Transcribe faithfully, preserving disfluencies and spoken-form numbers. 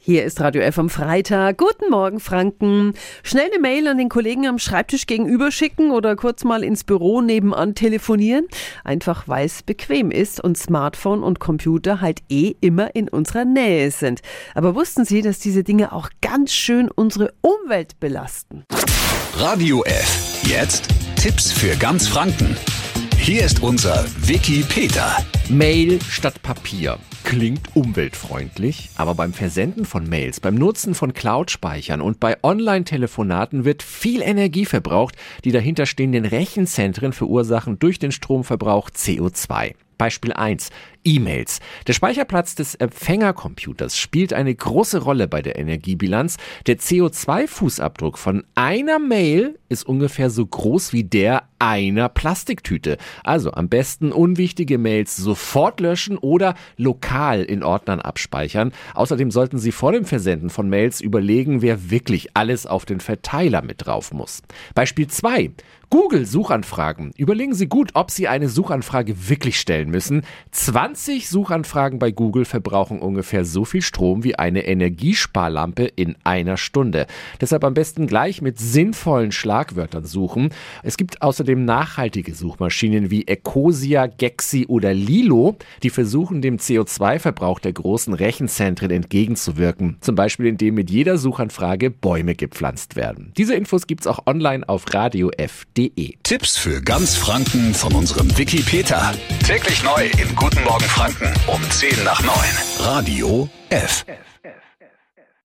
Hier ist Radio F am Freitag. Guten Morgen, Franken. Schnell eine Mail an den Kollegen am Schreibtisch gegenüber schicken oder kurz mal ins Büro nebenan telefonieren. Einfach weil es bequem ist und Smartphone und Computer halt eh immer in unserer Nähe sind. Aber wussten Sie, dass diese Dinge auch ganz schön unsere Umwelt belasten? Radio F. Jetzt Tipps für ganz Franken. Hier ist unser Wiki Peter. Mail statt Papier. Klingt umweltfreundlich, aber beim Versenden von Mails, beim Nutzen von Cloud-Speichern und bei Online-Telefonaten wird viel Energie verbraucht. Die dahinterstehenden Rechenzentren verursachen durch den Stromverbrauch C O zwei. Beispiel eins. E-Mails. Der Speicherplatz des Empfängercomputers spielt eine große Rolle bei der Energiebilanz. Der C O zwei Fußabdruck von einer Mail ist ungefähr so groß wie der einer Plastiktüte. Also am besten unwichtige Mails sofort löschen oder lokal in Ordnern abspeichern. Außerdem sollten Sie vor dem Versenden von Mails überlegen, wer wirklich alles auf den Verteiler mit drauf muss. Beispiel zwei. Google-Suchanfragen. Überlegen Sie gut, ob Sie eine Suchanfrage wirklich stellen müssen. zwanzig Suchanfragen bei Google verbrauchen ungefähr so viel Strom wie eine Energiesparlampe in einer Stunde. Deshalb am besten gleich mit sinnvollen Schlagwörtern suchen. Es gibt außerdem nachhaltige Suchmaschinen wie Ecosia, Gexi oder Lilo, die versuchen, dem C O zwei Verbrauch der großen Rechenzentren entgegenzuwirken. Zum Beispiel, indem mit jeder Suchanfrage Bäume gepflanzt werden. Diese Infos gibt's auch online auf radio f punkt de. Tipps für ganz Franken von unserem Wiki Peter. Täglich neu in Guten Morgen Franken um zehn nach neun. Radio F.